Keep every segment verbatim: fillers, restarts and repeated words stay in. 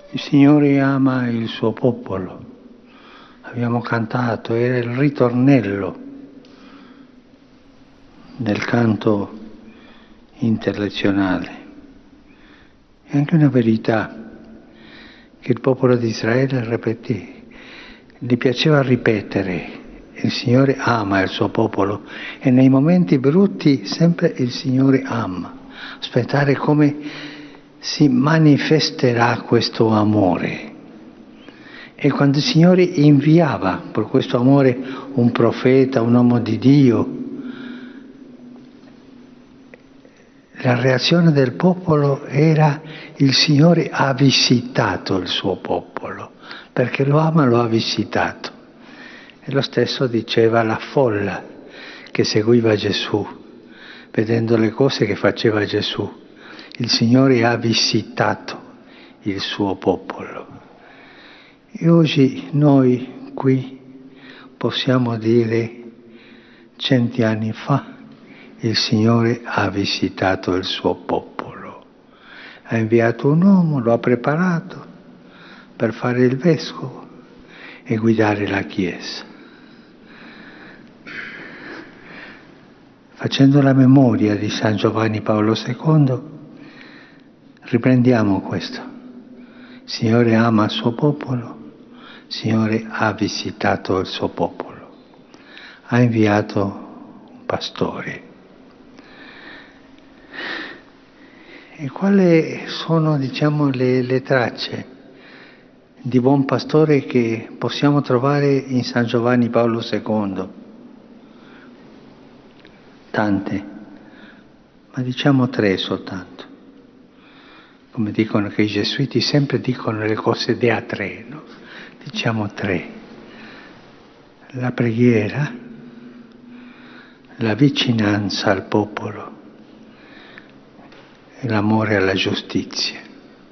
Il Signore ama il suo popolo. Abbiamo cantato, era il ritornello del canto interlezionale. È anche una verità che il popolo di Israele ripeté, gli piaceva ripetere, il Signore ama il suo popolo e nei momenti brutti sempre il Signore ama. Aspettare come si manifesterà questo amore. E quando il Signore inviava per questo amore un profeta, un uomo di Dio, la reazione del popolo era: il Signore ha visitato il suo popolo, perché lo ama, lo ha visitato. E lo stesso diceva la folla che seguiva Gesù, vedendo le cose che faceva Gesù. Il Signore ha visitato il suo popolo. E oggi noi qui possiamo dire: centi anni fa il Signore ha visitato il suo popolo, ha inviato un uomo, lo ha preparato per fare il vescovo e guidare la Chiesa. Facendo la memoria di San Giovanni Paolo secondo, riprendiamo questo. Il Signore ama il suo popolo, il Signore ha visitato il suo popolo, ha inviato un pastore. E quali sono, diciamo, le, le tracce di buon pastore che possiamo trovare in San Giovanni Paolo secondo? Tante, ma diciamo tre soltanto. Come dicono che i gesuiti sempre dicono le cose de a tre, no? Diciamo tre. La preghiera, la vicinanza al popolo e l'amore alla giustizia.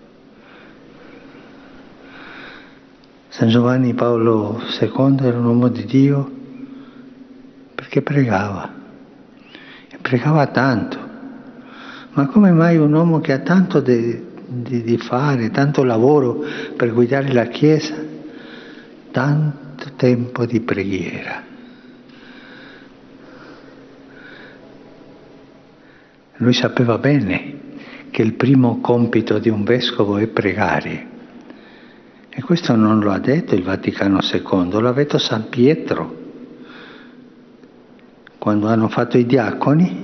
San Giovanni Paolo secondo era un uomo di Dio perché pregava, e pregava tanto. Ma come mai un uomo che ha tanto di, di, di fare, tanto lavoro per guidare la Chiesa, tanto tempo di preghiera? Lui sapeva bene che il primo compito di un vescovo è pregare. E questo non lo ha detto il Vaticano secondo, l'ha detto San Pietro. Quando hanno fatto i diaconi,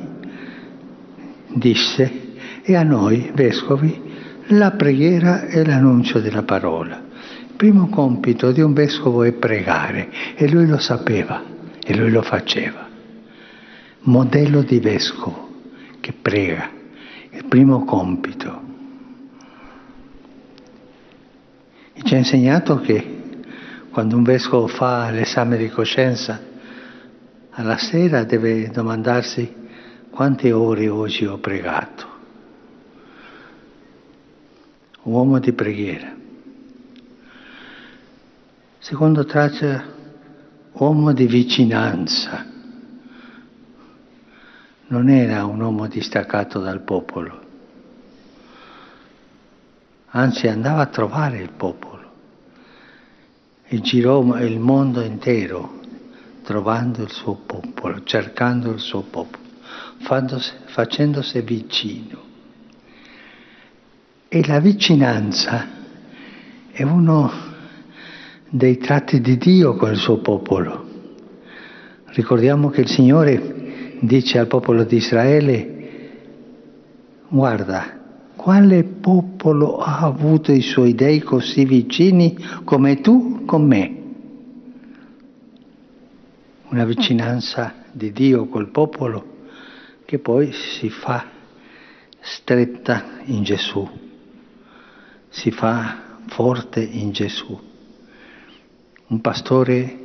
disse: e a noi, vescovi, la preghiera è l'annuncio della parola. Il primo compito di un vescovo è pregare, e lui lo sapeva, e lui lo faceva. Modello di vescovo che prega. Il primo compito. E ci ha insegnato che quando un vescovo fa l'esame di coscienza, alla sera deve domandarsi: quante ore oggi ho pregato? Uomo di preghiera. Secondo traccia, uomo di vicinanza. Non era un uomo distaccato dal popolo, anzi andava a trovare il popolo e girò il mondo intero trovando il suo popolo, cercando il suo popolo, facendosi vicino. E la vicinanza è uno dei tratti di Dio con il suo popolo. Ricordiamo che il Signore dice al popolo di Israele: guarda, quale popolo ha avuto i suoi dei così vicini come tu con me? Una vicinanza di Dio col popolo che poi si fa stretta in Gesù, si fa forte in Gesù. Un pastore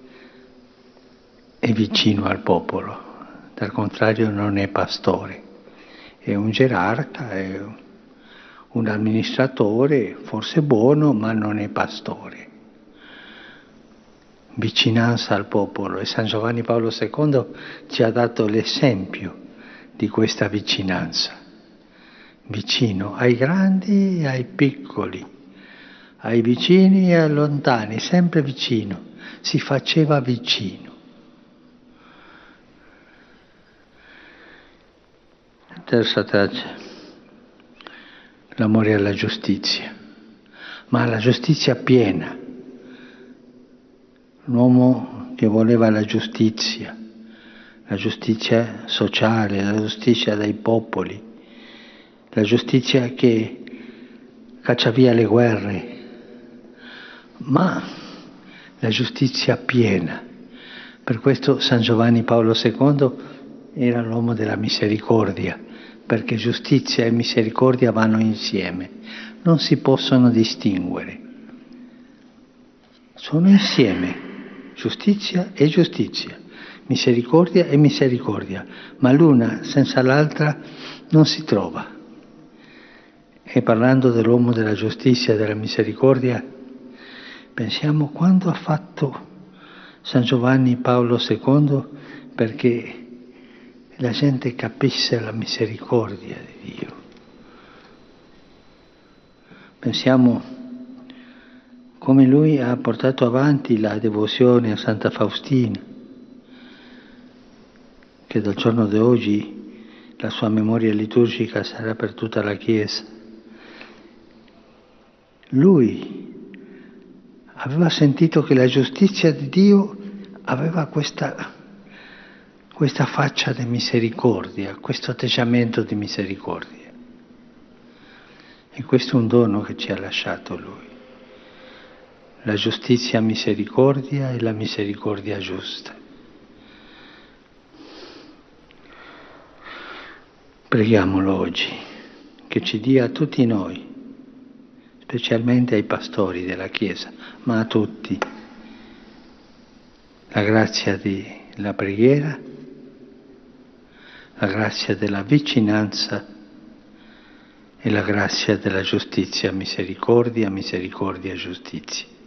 è vicino al popolo. Al contrario non è pastore, è un gerarca, è un amministratore, forse buono, ma non è pastore. Vicinanza al popolo, e San Giovanni Paolo secondo ci ha dato l'esempio di questa vicinanza, vicino ai grandi e ai piccoli, ai vicini e ai lontani, sempre vicino, si faceva vicino. Terza traccia, l'amore alla giustizia, ma alla giustizia piena. L'uomo che voleva la giustizia, la giustizia sociale, la giustizia dei popoli, la giustizia che caccia via le guerre, ma la giustizia piena. Per questo San Giovanni Paolo secondo era l'uomo della misericordia, perché giustizia e misericordia vanno insieme, non si possono distinguere. Sono insieme, giustizia e giustizia, misericordia e misericordia, ma l'una senza l'altra non si trova. E parlando dell'uomo della giustizia e della misericordia, pensiamo quando ha fatto San Giovanni Paolo secondo perché la gente capisse la misericordia di Dio. Pensiamo come lui ha portato avanti la devozione a Santa Faustina, che dal giorno di oggi la sua memoria liturgica sarà per tutta la Chiesa. Lui aveva sentito che la giustizia di Dio aveva questa, questa faccia di misericordia, questo atteggiamento di misericordia. E questo è un dono che ci ha lasciato Lui. La giustizia misericordia e la misericordia giusta. Preghiamolo oggi, che ci dia a tutti noi, specialmente ai pastori della Chiesa, ma a tutti, la grazia della preghiera, la grazia della vicinanza e la grazia della giustizia, misericordia, misericordia, giustizia.